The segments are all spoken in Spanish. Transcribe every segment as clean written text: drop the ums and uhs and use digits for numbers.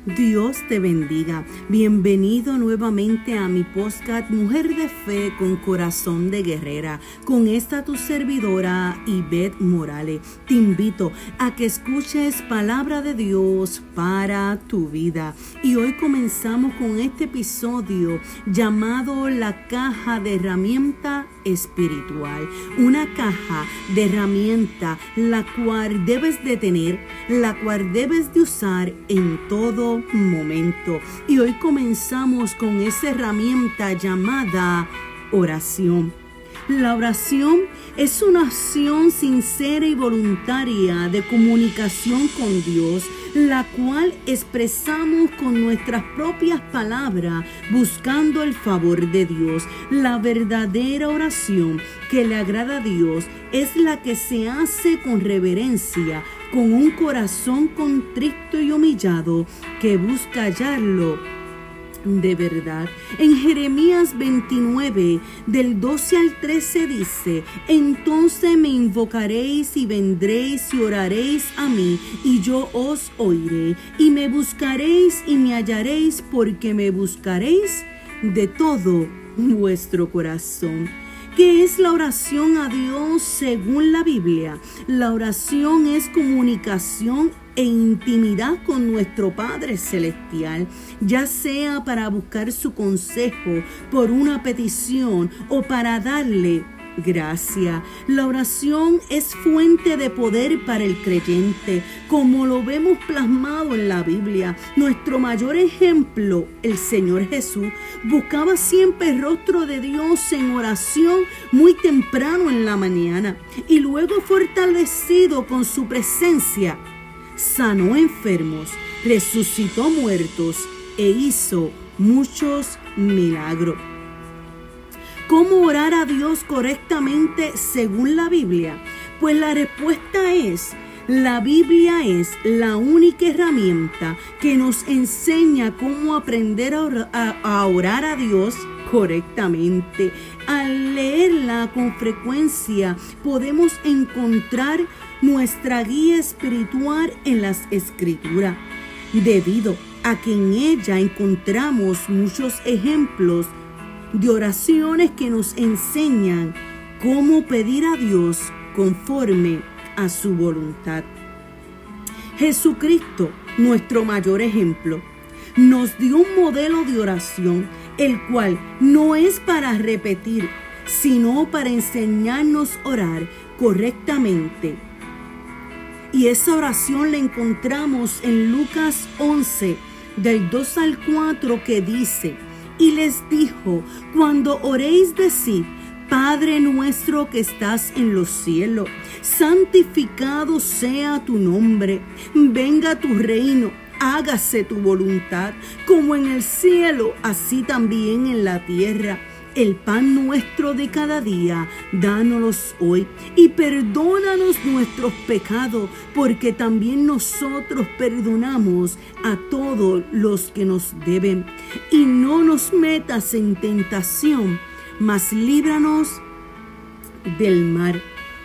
Dios te bendiga. Bienvenido nuevamente a mi podcast Mujer de Fe con Corazón de Guerrera. Con esta tu servidora Ivette Morales. Te invito a que escuches palabra de Dios para tu vida. Y hoy comenzamos con este episodio llamado La Caja de Herramienta Espiritual. Una caja de herramienta la cual debes de tener, la cual debes de usar en todo momento. Y hoy comenzamos con esa herramienta llamada oración. La oración es una acción sincera y voluntaria de comunicación con Dios, la cual expresamos con nuestras propias palabras buscando el favor de Dios. La verdadera oración que le agrada a Dios es la que se hace con reverencia, con un corazón contrito y humillado que busca hallarlo de verdad. En Jeremías 29, del 12 al 13 dice: entonces me invocaréis y vendréis y oraréis a mí, y yo os oiré, y me buscaréis y me hallaréis, porque me buscaréis de todo vuestro corazón. ¿Qué es la oración a Dios según la Biblia? La oración es comunicación e intimidad con nuestro Padre Celestial, ya sea para buscar su consejo por una petición o para darle gracia. La oración es fuente de poder para el creyente, como lo vemos plasmado en la Biblia. Nuestro mayor ejemplo, el Señor Jesús, buscaba siempre el rostro de Dios en oración muy temprano en la mañana, y luego, fortalecido con su presencia, sanó enfermos, resucitó muertos e hizo muchos milagros. ¿Cómo orar a Dios correctamente según la Biblia? Pues la respuesta es: la Biblia es la única herramienta que nos enseña cómo aprender a orar a Dios correctamente. Al leerla con frecuencia podemos encontrar nuestra guía espiritual en las Escrituras, debido a que en ella encontramos muchos ejemplos de oraciones que nos enseñan cómo pedir a Dios conforme a su voluntad. Jesucristo, nuestro mayor ejemplo, nos dio un modelo de oración, el cual no es para repetir, sino para enseñarnos a orar correctamente. Y esa oración la encontramos en Lucas 11, del 2 al 4, que dice: y les dijo, cuando oréis, decid: Padre nuestro que estás en los cielos, santificado sea tu nombre, venga tu reino, hágase tu voluntad, como en el cielo, así también en la tierra. El pan nuestro de cada día, dánoslos hoy, y perdónanos nuestros pecados, porque también nosotros perdonamos a todos los que nos deben. Y no nos metas en tentación, mas líbranos del mal.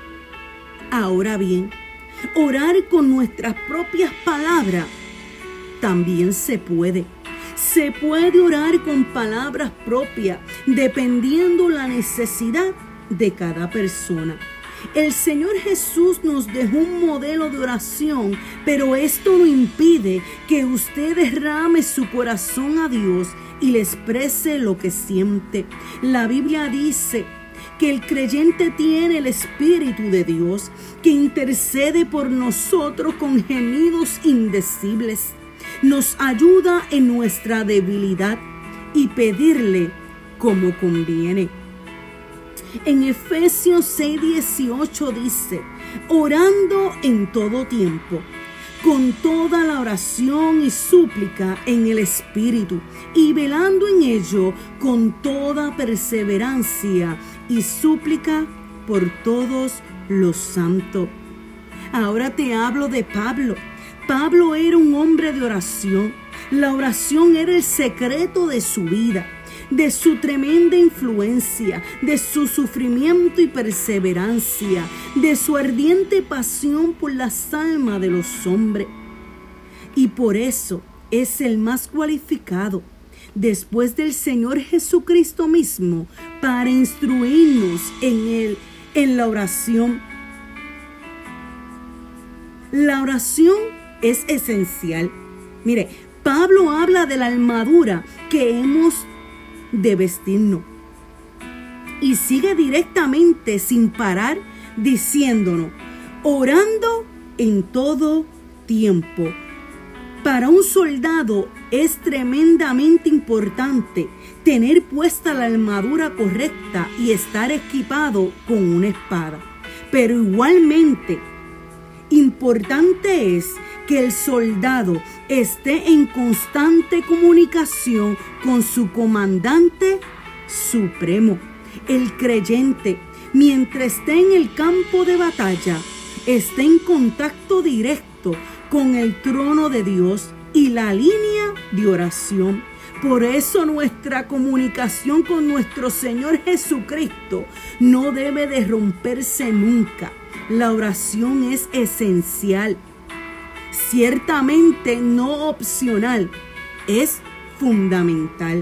Ahora bien, orar con nuestras propias palabras también se puede. Se puede orar con palabras propias, dependiendo la necesidad de cada persona. El Señor Jesús nos dejó un modelo de oración, pero esto no impide que usted derrame su corazón a Dios y le exprese lo que siente. La Biblia dice que el creyente tiene el Espíritu de Dios, que intercede por nosotros con gemidos indecibles. Nos ayuda en nuestra debilidad y pedirle como conviene. En Efesios 6:18 dice: orando en todo tiempo, con toda la oración y súplica en el Espíritu, y velando en ello con toda perseverancia y súplica por todos los santos. Ahora te hablo de Pablo. Pablo era un hombre de oración. La oración era el secreto de su vida, de su tremenda influencia, de su sufrimiento y perseverancia, de su ardiente pasión por las almas de los hombres. Y por eso es el más cualificado, después del Señor Jesucristo mismo, para instruirnos en la oración. La oración es esencial. Mire, Pablo habla de la armadura que hemos de vestirnos. Y sigue directamente sin parar diciéndonos, orando en todo tiempo. Para un soldado es tremendamente importante tener puesta la armadura correcta y estar equipado con una espada. Pero igualmente importante es que el soldado esté en constante comunicación con su comandante supremo. El creyente, mientras esté en el campo de batalla, esté en contacto directo con el trono de Dios y la línea de oración. Por eso nuestra comunicación con nuestro Señor Jesucristo no debe de romperse nunca. La oración es esencial, ciertamente no opcional, es fundamental.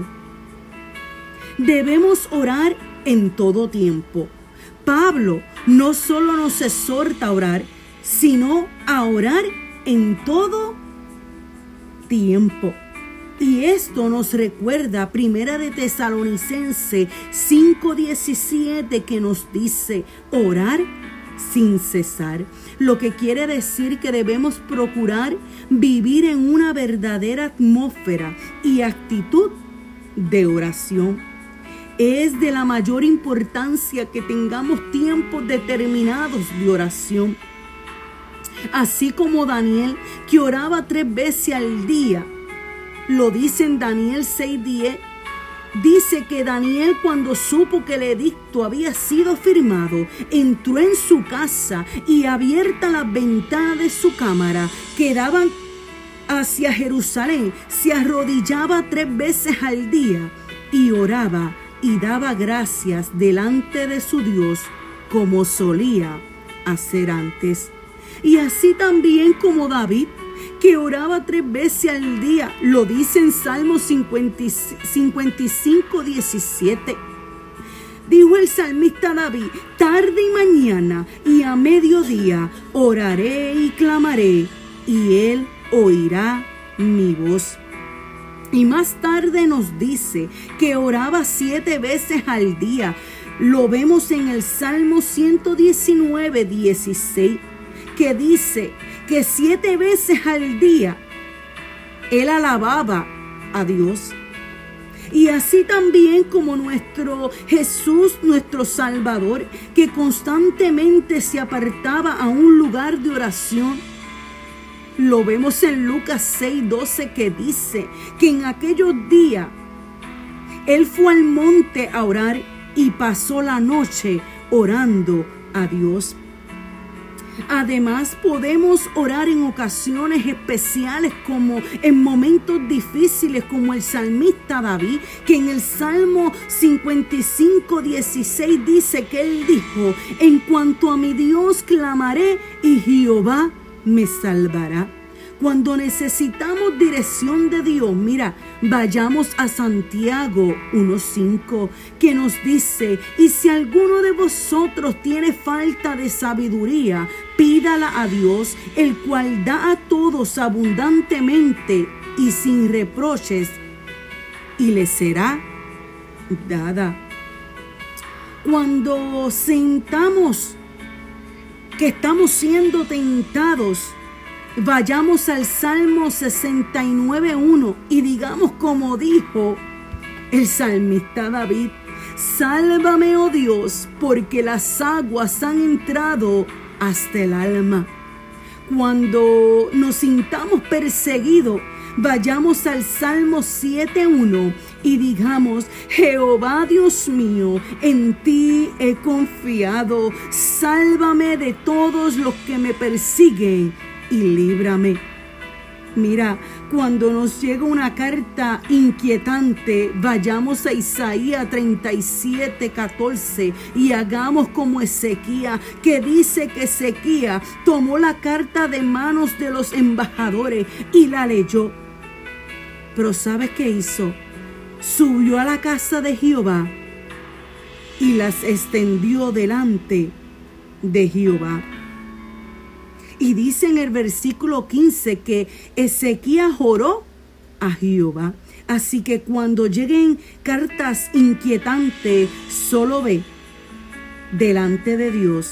Debemos orar en todo tiempo. Pablo no solo nos exhorta a orar, sino a orar en todo tiempo. Y esto nos recuerda Primera de Tesalonicenses 5:17, que nos dice orar sin cesar. Lo que quiere decir que debemos procurar vivir en una verdadera atmósfera y actitud de oración. Es de la mayor importancia que tengamos tiempos determinados de oración. Así como Daniel, que oraba 3 veces al día, lo dice en Daniel 6:10. Dice que Daniel, cuando supo que el edicto había sido firmado, entró en su casa y abierta las ventanas de su cámara que daban hacia Jerusalén, se arrodillaba 3 veces al día y oraba y daba gracias delante de su Dios como solía hacer antes. Y así también como David, que oraba 3 veces al día, lo dice en Salmo 55:17. Dijo el salmista David, tarde y mañana y a mediodía oraré y clamaré, y él oirá mi voz. Y más tarde nos dice que oraba 7 veces al día. Lo vemos en el Salmo 119:16, que dice que 7 veces al día él alababa a Dios. Y así también como nuestro Jesús, nuestro Salvador, que constantemente se apartaba a un lugar de oración. Lo vemos en Lucas 6:12, que dice que en aquellos días él fue al monte a orar y pasó la noche orando a Dios. Además, podemos orar en ocasiones especiales, como en momentos difíciles, como el salmista David, que en el Salmo 55:16 dice que él dijo, en cuanto a mi Dios clamaré y Jehová me salvará. Cuando necesitamos dirección de Dios, mira, vayamos a Santiago 1:5, que nos dice, y si alguno de vosotros tiene falta de sabiduría, pídala a Dios, el cual da a todos abundantemente y sin reproches, y le será dada. Cuando sintamos que estamos siendo tentados, vayamos al Salmo 69:1 y digamos como dijo el salmista David, sálvame, oh Dios, porque las aguas han entrado hasta el alma. Cuando nos sintamos perseguidos, vayamos al Salmo 7:1 y digamos, Jehová Dios mío, en ti he confiado, sálvame de todos los que me persiguen y líbrame. Mira, cuando nos llega una carta inquietante, vayamos a Isaías 37:14 y hagamos como Ezequías, que dice que Ezequías tomó la carta de manos de los embajadores y la leyó. Pero ¿sabes qué hizo? Subió a la casa de Jehová y las extendió delante de Jehová. Y dice en el versículo 15 que Ezequías oró a Jehová. Así que cuando lleguen cartas inquietantes, solo ve delante de Dios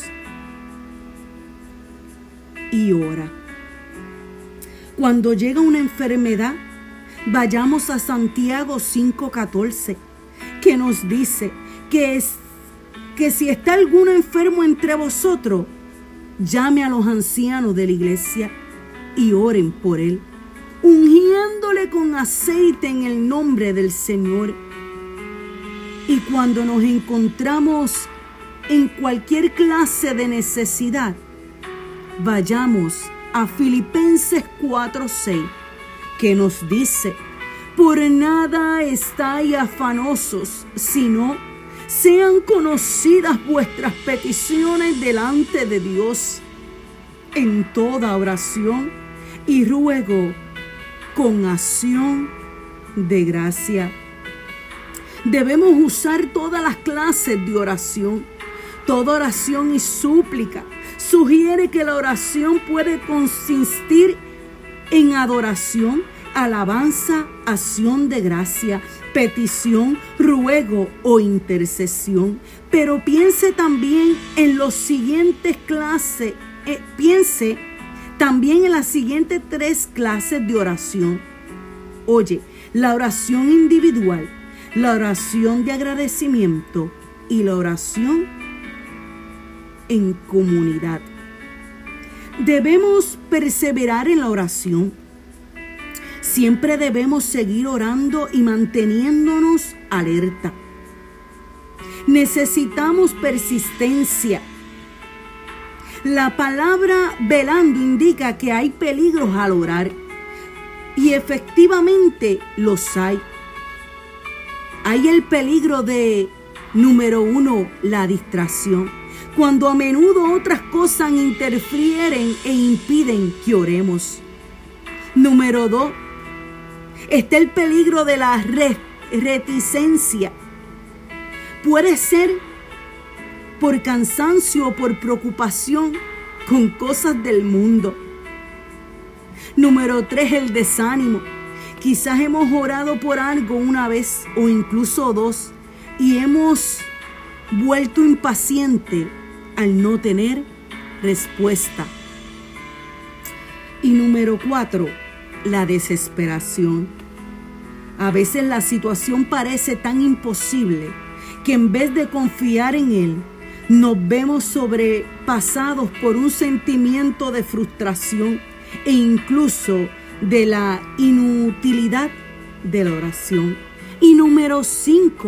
y ora. Cuando llega una enfermedad, vayamos a Santiago 5:14, que nos dice que si está alguno enfermo entre vosotros, llame a los ancianos de la iglesia y oren por él, ungiéndole con aceite en el nombre del Señor. Y cuando nos encontramos en cualquier clase de necesidad, vayamos a Filipenses 4:6, que nos dice: por nada estáis afanosos, sino sean conocidas vuestras peticiones delante de Dios en toda oración y ruego con acción de gracia. Debemos usar todas las clases de oración. Toda oración y súplica sugiere que la oración puede consistir en adoración, alabanza, acción de gracia, petición, ruego o intercesión. Pero piense también en las siguientes tres clases de oración. Oye, la oración individual, la oración de agradecimiento y la oración en comunidad. Debemos perseverar en la oración. Siempre debemos seguir orando y manteniéndonos alerta. Necesitamos persistencia. La palabra velando indica que hay peligros al orar, y efectivamente los hay. Hay el peligro de, número 1, la distracción, cuando a menudo otras cosas interfieren e impiden que oremos. Número 2, está el peligro de la reticencia. Puede ser por cansancio o por preocupación con cosas del mundo. Número 3, el desánimo. Quizás hemos orado por algo una vez o incluso dos y hemos vuelto impaciente al no tener respuesta. Y número 4, la desesperación. A veces la situación parece tan imposible que en vez de confiar en Él, nos vemos sobrepasados por un sentimiento de frustración e incluso de la inutilidad de la oración. Y número 5,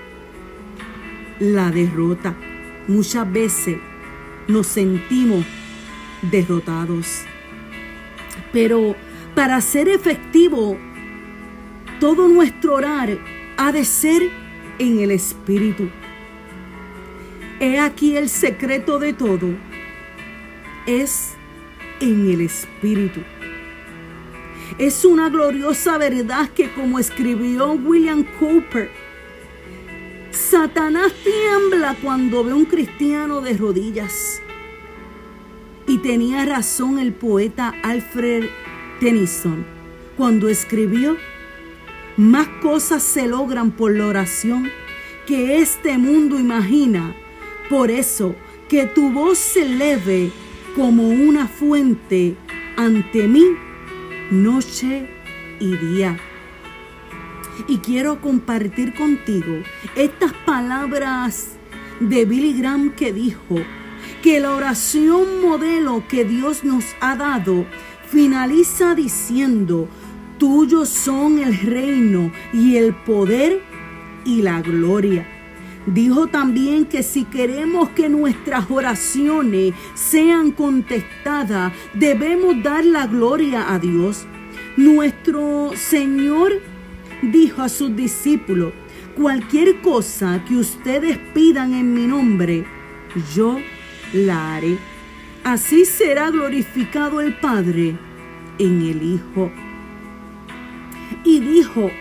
la derrota. Muchas veces nos sentimos derrotados. Pero para ser efectivo, todo nuestro orar ha de ser en el Espíritu. He aquí el secreto de todo, es en el Espíritu. Es una gloriosa verdad que, como escribió William Cowper, Satanás tiembla cuando ve a un cristiano de rodillas. Y tenía razón el poeta Alfred Tennyson cuando escribió: más cosas se logran por la oración que este mundo imagina. Por eso, que tu voz se eleve como una fuente ante mí, noche y día. Y quiero compartir contigo estas palabras de Billy Graham, que dijo que la oración modelo que Dios nos ha dado finaliza diciendo: tuyos son el reino y el poder y la gloria. Dijo también que si queremos que nuestras oraciones sean contestadas, debemos dar la gloria a Dios. Nuestro Señor dijo a sus discípulos: cualquier cosa que ustedes pidan en mi nombre, yo la haré. Así será glorificado el Padre en el Hijo. y dijo,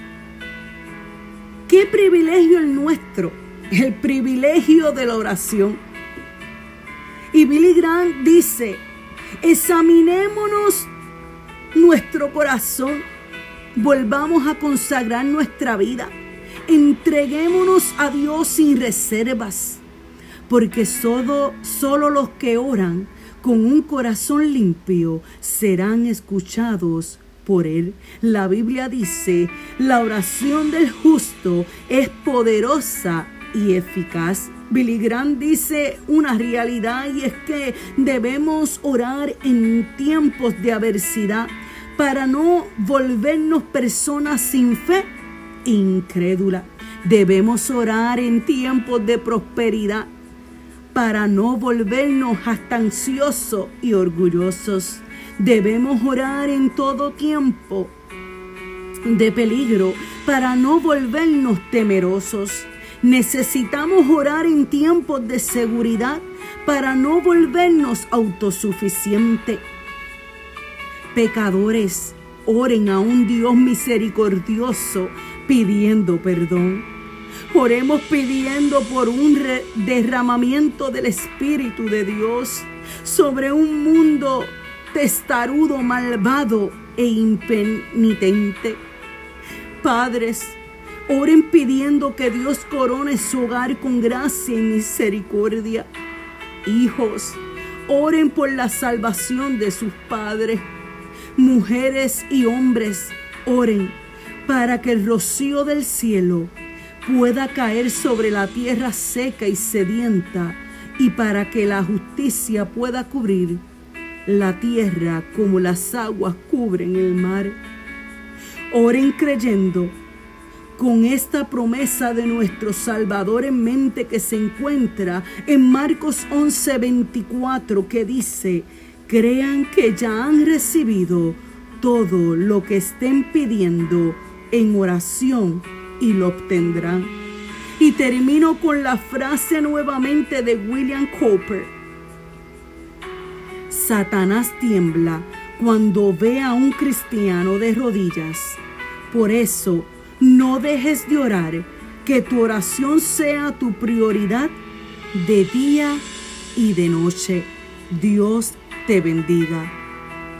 qué privilegio el nuestro, el privilegio de la oración. Y Billy Graham dice, examinémonos nuestro corazón, volvamos a consagrar nuestra vida, entreguémonos a Dios sin reservas, porque solo los que oran con un corazón limpio serán escuchados por Él. La Biblia dice, la oración del justo es poderosa y eficaz. Billy Graham dice una realidad, y es que debemos orar en tiempos de adversidad para no volvernos personas sin fe e incrédulas. Debemos orar en tiempos de prosperidad para no volvernos hasta ansiosos y orgullosos. Debemos orar en todo tiempo de peligro para no volvernos temerosos. Necesitamos orar en tiempos de seguridad para no volvernos autosuficientes. Pecadores, oren a un Dios misericordioso pidiendo perdón. Oremos pidiendo por un derramamiento del Espíritu de Dios sobre un mundo testarudo, malvado e impenitente. Padres, oren pidiendo que Dios corone su hogar con gracia y misericordia. Hijos, oren por la salvación de sus padres. Mujeres y hombres, oren para que el rocío del cielo pueda caer sobre la tierra seca y sedienta, y para que la justicia pueda cubrir la tierra como las aguas cubren el mar. Oren creyendo con esta promesa de nuestro Salvador en mente, que se encuentra en Marcos 11:24, que dice, crean que ya han recibido todo lo que estén pidiendo en oración y lo obtendrán. Y termino con la frase nuevamente de William Cowper. Satanás tiembla cuando ve a un cristiano de rodillas. Por eso, no dejes de orar, que tu oración sea tu prioridad de día y de noche. Dios te bendiga.